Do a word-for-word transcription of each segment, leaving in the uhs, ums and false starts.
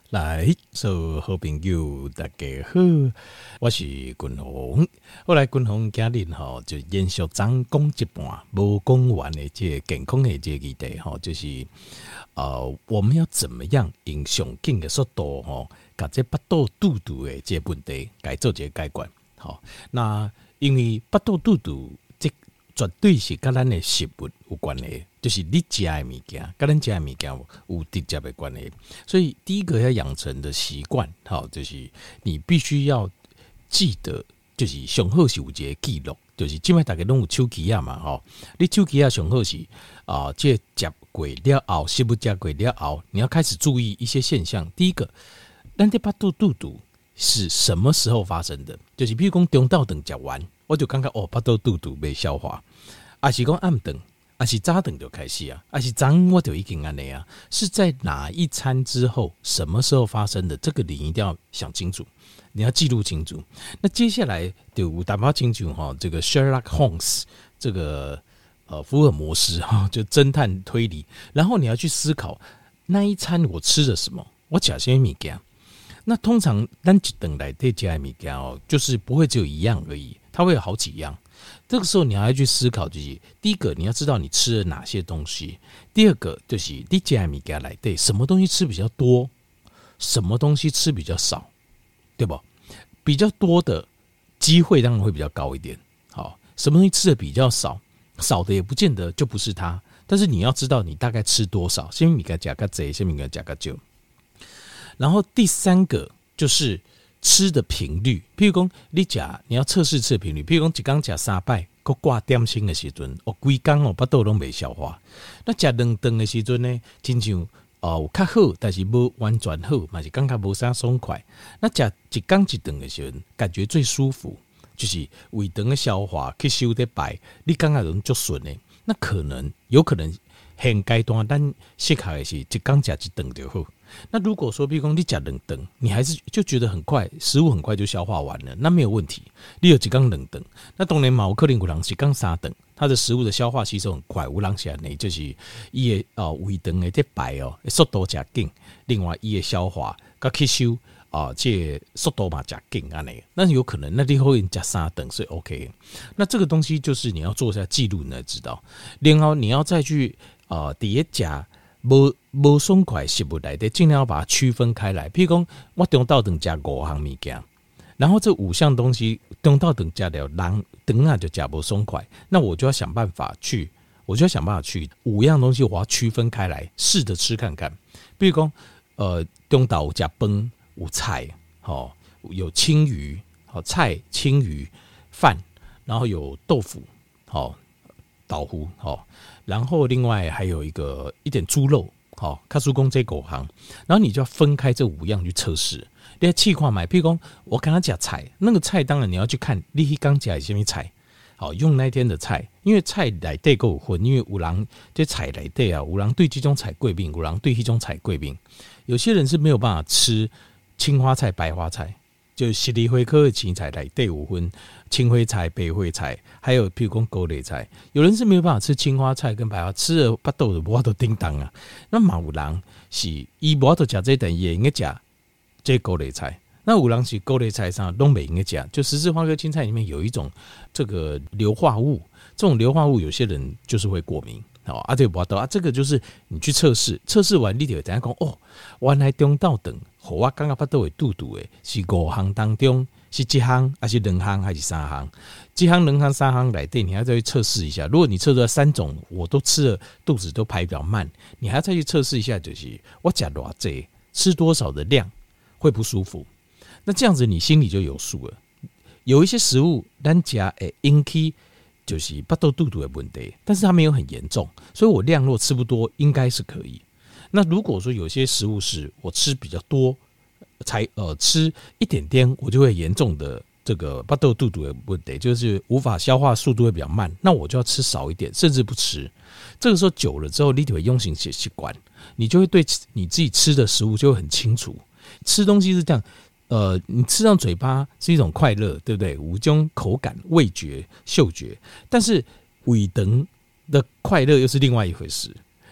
来，所有好朋友大家好，我是君鸿。后来君鸿今日吼就延续昨讲一半无讲完的这个健康的这个议题吼，就是呃我们要怎么样用上紧的速度吼，把这巴肚肚肚的这个问题该做一个解决。好，那因为巴肚肚肚这绝对是跟咱的食物有关的。就是你吃的物件，跟咱吃的物件有直接的关系，所以第一个要养成的习惯，好，就是你必须要记得，就是上好是有一个记录，就是现在大家都有手机啊嘛，吼，你手机啊上好是啊、呃，这吃过了后，食物吃过了后，你要开始注意一些现象。第一个，咱这巴肚肚肚是什么时候发生的？就是比如讲中昼顿吃完，我就感觉哦，巴肚肚肚没消化，还是讲暗顿。还是早顿就开始啊，还是早我就已经安尼啊，是在哪一餐之后，什么时候发生的？这个你一定要想清楚，你要记录清楚。那接下来就有淡薄清楚哈，这个 Sherlock Holmes 这个呃福尔摩斯哈，就侦探推理，然后你要去思考那一餐我吃了什么，我吃些物件。那通常咱一顿来对吃的物件哦，就是不会只有一样而已，它会有好几样。这个时候你还要去思考，就是第一个你要知道你吃了哪些东西，第二个就是你吃的物件来对什么东西吃比较多，什么东西吃比较少，对吧？比较多的机会当然会比较高一点。好，什么东西吃的比较少，少的也不见得就不是它，但是你要知道你大概吃多少，先米给加个贼，先米给加个酒。然后第三个就是吃的频率，譬如说你吃你要测试吃的频率，譬如说一天吃三摆，佮挂点心的时阵，哦，规天哦，巴肚拢未消化。那吃两顿的时阵呢，亲像哦有较好，但是无完全好，嘛是感觉无啥爽快。那吃一天一顿的时阵，感觉最舒服，就是胃肠的消化吸收得白，你感觉能足顺的。那可能有可能现阶段咱适合的是一天吃一顿就好。那如果说比如说你吃两顿，你还是就觉得很快，食物很快就消化完了，那没有问题。你有一天两顿，那当然嘛有可能有人是一天三顿，它的食物的消化吸收很快，有人是呢就是伊的哦胃肠的这排哦速度加紧，另外伊的消化跟吸收啊这速度嘛加紧安尼，那有可能那你后面加三顿是 OK 的。那这个东西就是你要做一下记录，你才知道。然后你要再去啊第一家。无无爽快食物来的，尽量要把它区分开来。譬如讲，我中昼顿吃五项物件，然后这五项东西中昼顿吃了，人顿啊就吃不爽快，那我就要想办法去，我就要想办法去五样东西，我要区分开来，试着吃看看。比如讲，呃，中昼有吃饭有菜，好、哦、有青鱼，好菜青鱼饭，然后有豆腐，好、哦、豆腐，好、哦。然后另外还有一个一点猪肉，好，卡苏公这狗行，然后你就要分开这五样去测试。你要气化买，譬如说我跟他讲菜，那个菜当然你要去看你刚讲什么菜，好用那天的菜，因为菜来对够混，因为有人这菜来对啊，有人对这种菜贵病，有人对这种菜贵病，有些人是没有办法吃青花菜、白花菜。就十二花科的青菜来对有分青花菜、白花菜，还有譬如讲高丽菜。有人是没有办法吃青花菜跟白花，吃了巴肚就无法度叮当啊。那嘛有人是伊无法度吃这等也应该吃这高丽菜。那有人是高丽菜上拢袂应该吃，就十字花科青菜里面有一种这个硫化物，这种硫化物有些人就是会过敏。好啊，对不？啊，这个就是你去测试，测试完你就会知影讲哦，原来中昼顿，互我感觉巴肚会肚肚的，是五项当中是一项，还是两项，还是三项？一项、两项、三项来对，你还要再去测试一下。如果你测出来三种，我都吃了，肚子都排比较慢，你还要再去测试一下，就是我吃多少，吃多少的量会不舒服。那这样子你心里就有数了。有一些食物，咱吃会引起。就是巴肚肚肚的问题，但是它没有很严重，所以我量若吃不多，应该是可以。那如果说有些食物是我吃比较多，才呃吃一点点，我就会严重的这个巴肚肚肚的问题，就是无法消化，速度会比较慢，那我就要吃少一点，甚至不吃。这个时候久了之后，你就会用心写习惯，你就会对你自己吃的食物就会很清楚。吃东西是这样。呃，你吃上嘴巴是一种快乐，对不对？五种口感、味觉、嗅觉，但是胃肠的快乐又是另外一回事。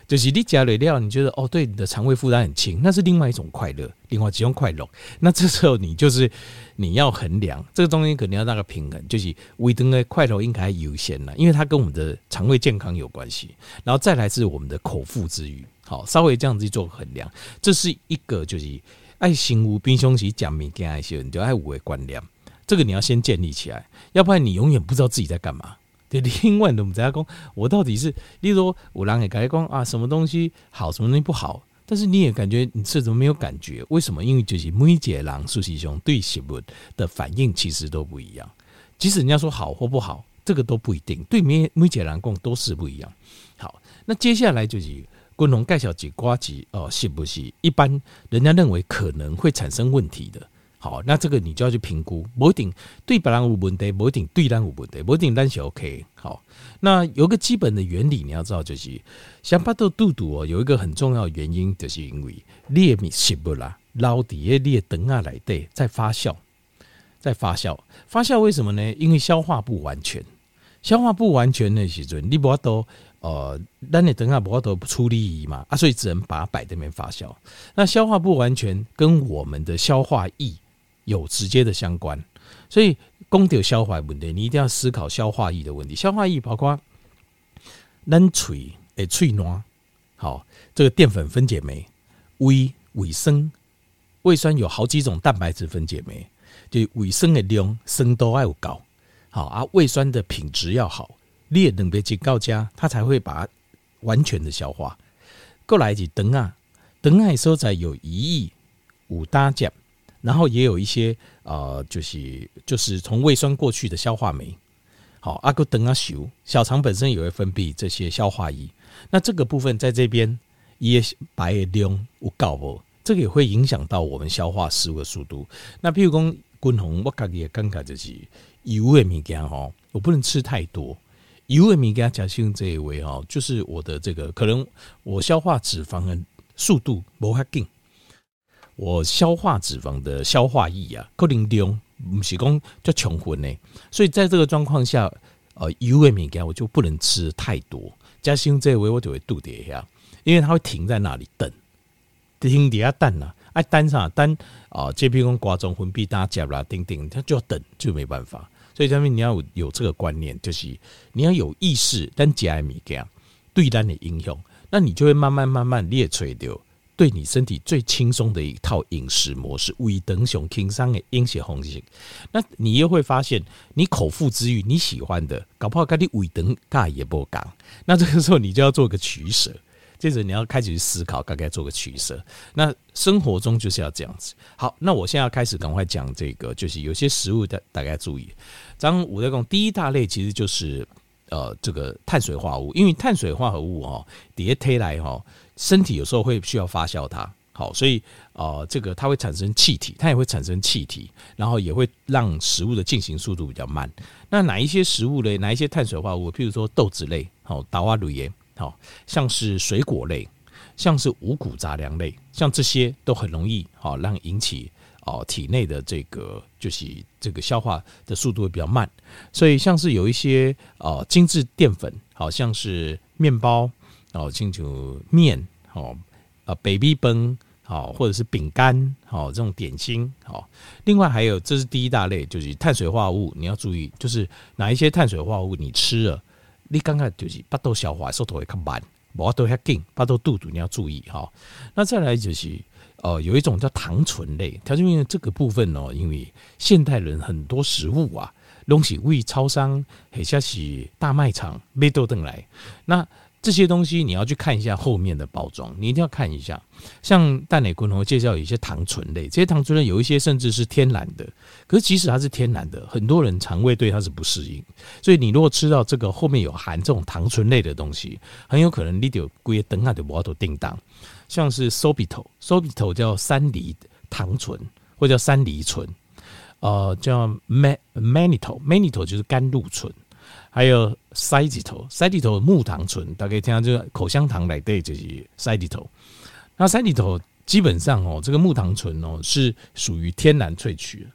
就是你加了料，你觉得哦，对你的肠胃负担很轻，那是另外一种快乐，另外几种快乐。那这时候你就是你要衡量这个东西，可能要那个平衡，就是胃肠的快乐应该优先了，因为它跟我们的肠胃健康有关系。然后再来是我们的口腹之欲，好，稍微这样子做衡量，这是一个就是爱心无冰箱时讲物件的时候，你就爱有的观念，这个你要先建立起来，要不然你永远不知道自己在干嘛。对，另外的我们在讲，我到底是，例如说，有人也跟你讲啊，什么东西好，什么东西不好，但是你也感觉你吃怎么没有感觉？为什么？因为就是每一个人事实上对食物的反应其实都不一样。即使人家说好或不好，这个都不一定，对每每一个人讲都是不一样。好，那接下来就是君鸿介绍几瓜几哦，是不是一般人家认为可能会产生问题的？好，那这个你就要去评估，不一定对别人有问题，不一定对咱有问题，不一定咱是 OK。好，那有一个基本的原理你要知道，就是像巴肚肚肚哦，有一个很重要的原因，就是因为你的食物啦，捞底下你的肠啊内底在发酵，在发酵，发酵为什么呢？因为消化不完全，消化不完全的时阵，你无法度呃，咱的肠啊无法度处理嘛，啊，所以只能把它摆在那边发酵。那消化不完全跟我们的消化液有直接的相关，所以讲到消化问题，你一定要思考消化液的问题。消化液包括咱嘴的喙暖，好，这个淀粉分解酶、胃胃酸，胃酸有好几种蛋白质分解酶，就胃酸的量酸度要有够，好啊，胃酸的品质要好，你的两杯进到家，它才会把它完全的消化。过来是肠啊，肠啊所在有胰液、有胆汁。然后也有一些呃，就是就是从胃酸过去的消化酶，好，阿哥等啊修，小肠本身也会分泌这些消化液，那这个部分在这边也白的量有够不，这个也会影响到我们消化食物的速度。那譬如说君鸿，我自己的感觉就是油的物件吼，我不能吃太多。油的物件加上这一位哈，就是我的这个可能我消化脂肪的速度不太紧。我消化脂肪的消化液啊，可能量不是讲叫穷混呢，所以在这个状况下，呃，油的物件我就不能吃太多。加上这位我就会肚底下，因为它会停在那里等，停底下等啊，爱等啥等啊？这比如讲瓜中分泌大家啦，等等，它就要等，就没办法。所以这边你要 有, 有这个观念，就是你要有意识，但吃的物件对咱的影响，那你就会慢慢慢慢列出掉。对你身体最轻松的一套饮食模式，胃肠上轻松的饮食方式，那你又会发现，你口腹之欲你喜欢的，搞不好跟你胃肠尬也不讲。那这个时候你就要做个取舍，接着你要开始去思考，该该做个取舍。那生活中就是要这样子。好，那我现在要开始赶快讲这个，就是有些食物的大家注意。张我在讲第一大类其实就是呃这个碳水化合物，因为碳水化合物哈，底下推来哈。身体有时候会需要发酵它，好，所以呃，这个它会产生气体，它也会产生气体，然后也会让食物的进行速度比较慢。那哪一些食物类，哪一些碳水化合物，譬如说豆子类，好，豆啊类，好，像是水果类，像是五谷杂粮类，像这些都很容易好让引起哦体内的这个就是这个消化的速度会比较慢。所以像是有一些呃精致淀粉，好像是面包。哦，清楚面，哦，呃，baby 崩，好，或者是饼干，好，这种点心，好。另外还有，这是第一大类，就是碳水化合物，你要注意，就是哪一些碳水化合物你吃了，你刚刚就是巴肚消化速度会较慢，无都较紧，巴肚肚肚你要注意哈。那再来就是，呃，有一种叫糖醇类，它就因为这个部分哦，因为现代人很多食物啊，拢是为超商或者是大卖场买倒转来，那。这些东西你要去看一下后面的包装，你一定要看一下。像蛋奶君鸿介绍有一些糖醇类，这些糖醇类有一些甚至是天然的，可是即使它是天然的，很多人肠胃对它是不适应。所以你如果吃到这个后面有含这种糖醇类的东西，很有可能你就规个肠啊就无法度叮当。像是 sorbitol，sorbitol 叫三梨糖醇或叫三梨醇，呃，叫 mannitol，mannitol 就是甘露醇。还有塞吉头，塞吉头木糖醇，大家听到就是口香糖来对，就是塞吉头。那塞吉头基本上哦，这个木糖醇哦是属于天然萃取的，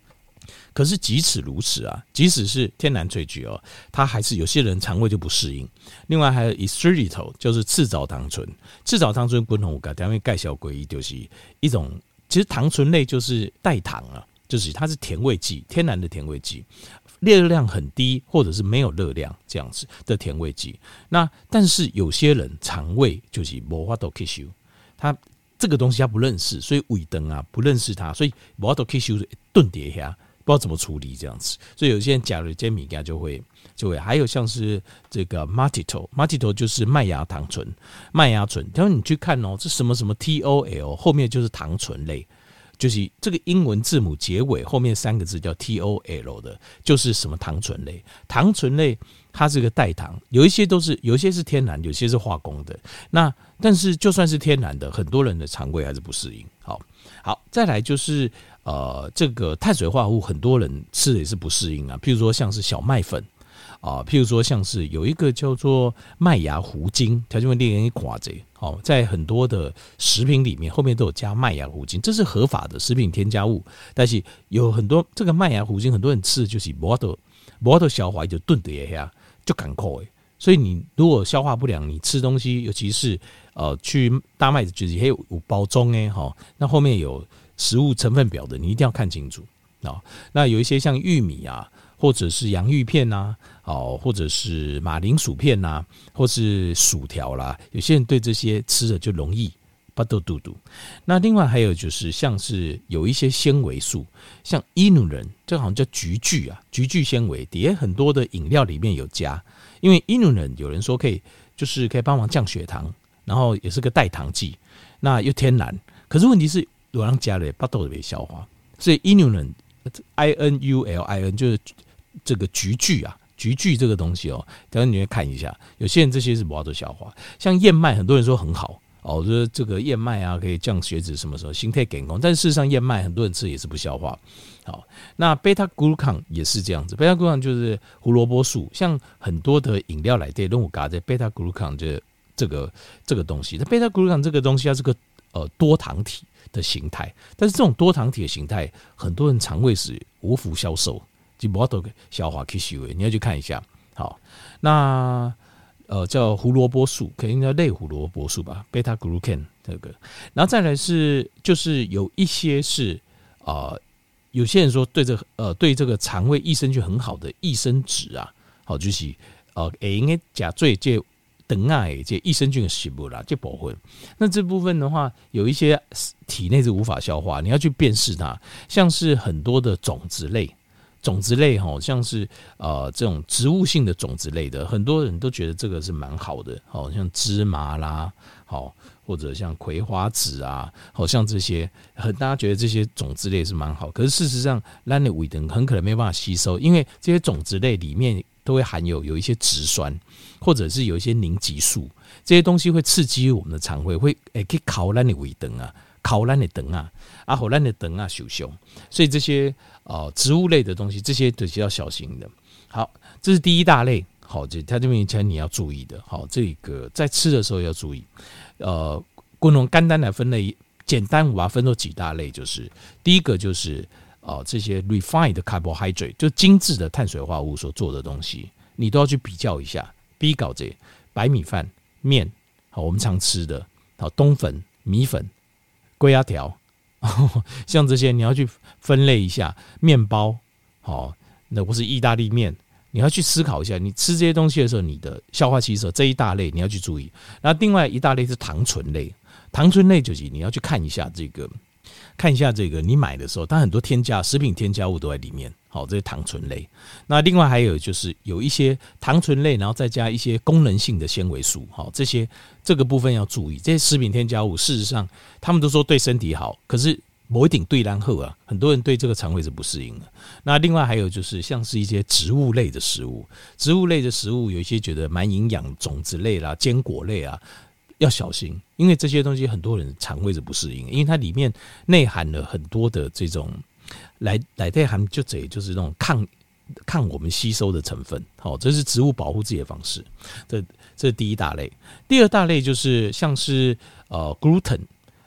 可是即使如此啊，即使是天然萃取哦，它还是有些人肠胃就不适应。另外还有 erythritol， 就是赤藻糖醇。赤藻糖醇，滚红噶，单位介绍过一就是一种，其实糖醇类就是代糖啊，就是它是甜味剂，天然的甜味剂，热量很低或者是没有热量这样子的甜味剂。那但是有些人肠胃就是没法度吸收，他这个东西他不认识，所以胃肠啊不认识它，所以没法度吸收顿跌下。不知道怎么处理这样子，所以有些人加了这些米加就会就会，还有像是这个 maltitol，maltitol 就是麦芽糖醇，麦芽醇。然后你去看哦，这什么什么 T O L 后面就是糖醇类，就是这个英文字母结尾后面三个字叫 T O L 的，就是什么糖醇类。糖醇类它是个代糖，有一些都是有一些是天然，有些是化工的。那但是就算是天然的，很多人的肠胃还是不适应。好，好，再来就是。呃，这个碳水化合物很多人吃的也是不适应啊，譬如说像是小麦粉啊、呃，譬如说像是有一个叫做麦芽糊精，条件会令人垮贼。哦，在很多的食品里面后面都有加麦芽糊精，这是合法的食品添加物。但是有很多这个麦芽糊精，很多人吃的就是没办法没办法消化，就炖的下就赶口诶。所以你如果消化不良，你吃东西，尤其是呃去大麦子就是还有包装诶哈，那后面有。食物成分表的你一定要看清楚啊。那有一些像玉米啊，或者是洋芋片呐、啊，或者是马铃薯片呐、啊，或是薯条啦，有些人对这些吃的就容易巴豆肚肚。那另外还有就是像是有一些纤维素，像伊努人，这好像叫菊苣啊，菊苣纤维，底下很多的饮料里面有加，因为伊努人有人说可以，就是可以帮忙降血糖，然后也是个代糖剂，那又天然，可是问题是。有人加了巴豆没消化，所以 inulin I N U L I N 就是这个菊苣啊，菊苣这个东西哦，等下你会看一下，有些人这些是不好做消化，像燕麦，很多人说很好哦，就是这个燕麦啊可以降血脂什么什么，心态健康，但是事实上燕麦很多人吃也是不消化。好，那贝塔谷抗也是这样子，贝塔谷抗就是胡萝卜素，像很多的饮料来对，都有加在贝塔谷抗这这个这个东西，那贝塔谷抗这个东西它是个呃多糖体。的形态，但是这种多糖体的形态，很多人肠胃是无福消受，就没办法消化吸收的，你要去看一下。好，那呃叫胡萝卜素，可能叫类胡萝卜素吧 ，beta glucan 这个，然后再来是就是有一些是呃有些人说对这呃对这个肠胃益生菌很好的益生脂啊，好就是呃会用加最这。等啊，这益生菌的食物啦，这部分，那这部分的话，有一些体内是无法消化，你要去辨识它。像是很多的种子类，种子类哈，像是呃这种植物性的种子类的，很多人都觉得这个是蛮好的，好像芝麻啦，好或者像葵花籽啊，好像这些，很大家觉得这些种子类是蛮好，可是事实上，咱的胃肠很可能没办法吸收，因为这些种子类里面都会含有有一些植酸。或者是有一些凝集素，这些东西会刺激我们的肠胃，会诶去烤咱的胃肠啊，烤咱的肠啊，啊，让咱的肠啊受伤。所以这些呃植物类的东西，这些都是要小心的。好，这是第一大类。好，这它这边以前你要注意的。好，这个在吃的时候要注意。呃，共同简单来分类，简单我把它分作几大类，就是第一个就是呃这些 refined carbohydrate， 就精致的碳水化合物所做的东西，你都要去比较一下。比较这白米饭、面，好，我们常吃的，好冬粉、米粉、龟鸭条，像这些你要去分类一下。面包，好，那不是意大利面，你要去思考一下，你吃这些东西的时候，你的消化吸收这一大类你要去注意。然后另外一大类是糖醇类，糖醇类就是你要去看一下这个，看一下这个你买的时候，它很多添加食品添加物都在里面。好，这些糖醇类。那另外还有就是有一些糖醇类，然后再加一些功能性的纤维素。好，这些这个部分要注意。这些食品添加物，事实上他们都说对身体好，可是某一点对咱好啊，很多人对这个肠胃是不适应的。那另外还有就是像是一些植物类的食物，植物类的食物有一些觉得蛮营养，种子类啦、坚果类啊，要小心，因为这些东西很多人肠胃是不适应，因为它里面内含了很多的这种。来来内含就这就是那种抗抗我们吸收的成分，好，这是植物保护自己的方式。这这是第一大类。第二大类就是像是呃 gluten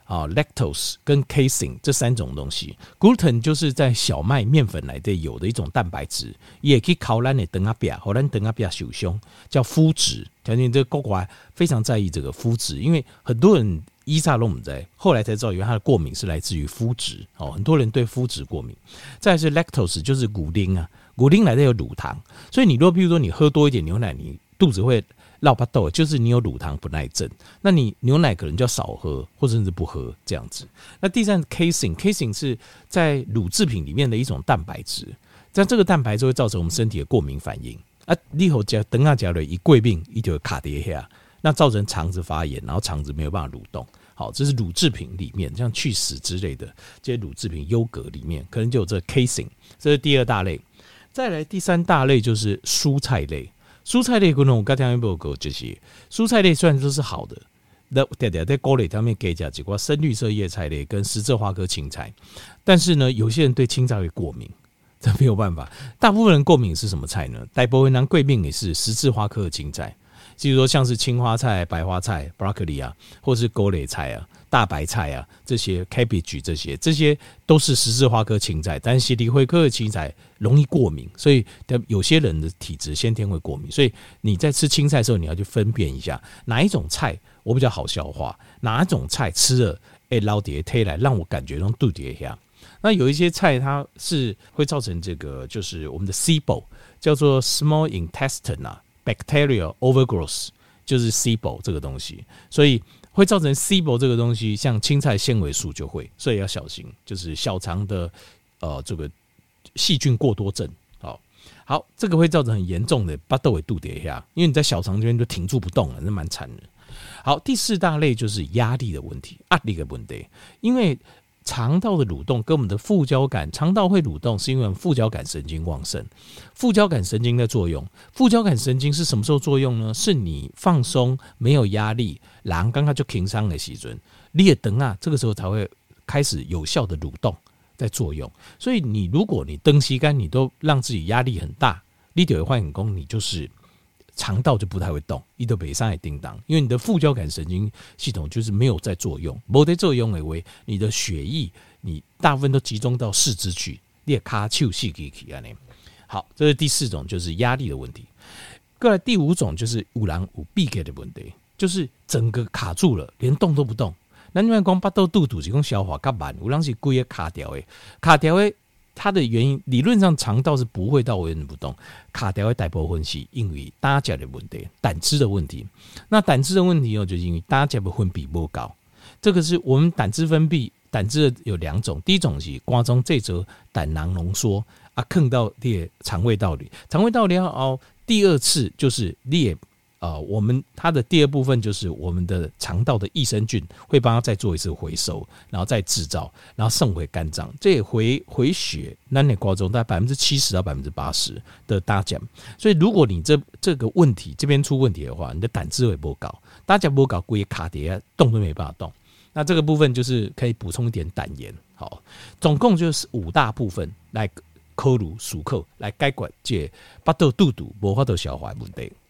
啊 lactose 跟 casein 这三种东西。gluten 就是在小麦面粉来的有的一种蛋白质，也可以烤咱的肠仔饼，让咱肠仔饼受伤，叫麸质。相信这个国外非常在意这个麸质，因为很多人伊萨都不知道，后来才知道原来他的过敏是来自于麸质哦，很多人对麸质过敏。再来是 lactose 就是乳磷啊，乳磷来的有乳糖，所以你如果比如说你喝多一点牛奶，你肚子会落巴豆，就是你有乳糖不耐症，那你牛奶可能就要少喝，或者甚至不喝这样子。那第三 casein casein 是在乳制品里面的一种蛋白质，但这个蛋白质会造成我们身体的过敏反应啊，你后加等下加了一过敏，一就会卡跌下。那造成肠子发炎，然后肠子没有办法蠕动。好，这是乳制品里面，像去死之类的这些乳制品，优格里面可能就有这个 casein， 这是第二大类。再来第三大类就是蔬菜类，蔬菜类可能我刚才有没有讲这些蔬菜类虽然都是好的，那在在锅里上面给加几块深绿色叶菜类跟十字花科青菜，但是呢，有些人对青菜会过敏。这没有办法，大部分人过敏是什么菜呢？大部分人过敏也是十字花科的青菜。比如说像是青花菜、白花菜 broccoli 啊，或是狗蕾菜啊、大白菜啊，这些 cabbage 这些，这些都是十字花科青菜，但是斜灰科的青菜容易过敏，所以有些人的体质先天会过敏，所以你在吃青菜的时候，你要去分辨一下哪一种菜我比较好消化，哪一种菜吃了哎捞碟推来让我感觉让肚底下。那有一些菜它是会造成这个，就是我们的 S I B O 叫做 small intestine 啊。Bacterial overgrowth 就是 S I B O 这个东西，所以会造成 S I B O 这个东西，像青菜纤维素就会，所以要小心，就是小肠的呃这个细菌过多症。好，好，这个会造成很严重的巴豆尾肚底下，因为你在小肠这边就停住不动了，那蛮惨的。好，第四大类就是压力的问题，压力的问题，因为肠道的蠕动跟我们的副交感，肠道会蠕动是因为我们副交感神经旺盛，副交感神经的作用。副交感神经是什么时候作用呢？是你放松没有压力，人刚刚就轻松的时候，你的肠啊这个时候才会开始有效的蠕动在作用。所以你如果你灯吸干，你都让自己压力很大，你就会换工，你就是肠道就不太会动，你都北上也叮当，因为你的副交感神经系统就是没有在作用，没在作用的为你的血液，你大部分都集中到四肢去，你的卡手细给起来呢。好，这是第四种，就是压力的问题。过来第五种就是有人有闭给的问题，就是整个卡住了，连动都不动。那你们讲巴肚肚肚是讲消化较慢，有人是规个卡掉的，卡掉的。它的原因理论上肠道是不会到原不动，卡掉的大部分是因为大家的问题，胆汁的问题。那胆汁的问题就是因为大家的分泌不高，这个是我们胆汁分泌，胆汁有两种，第一种是肝中这则胆囊浓缩啊，坑到你的肠胃道里，肠胃道里后第二次就是你的呃，我们它的第二部分就是我们的肠道的益生菌会帮它再做一次回收，然后再制造，然后送回肝脏，这也回回血，那你瓜中大概百分之七十到百分之八十的大奖。所以如果你这这个问题这边出问题的话，你的胆汁会不高，大家不高，故意卡碟动都没办法动。那这个部分就是可以补充一点胆盐。好，总共就是五大部分来考虑属口来解决这巴肚肚肚无法度消化的问题。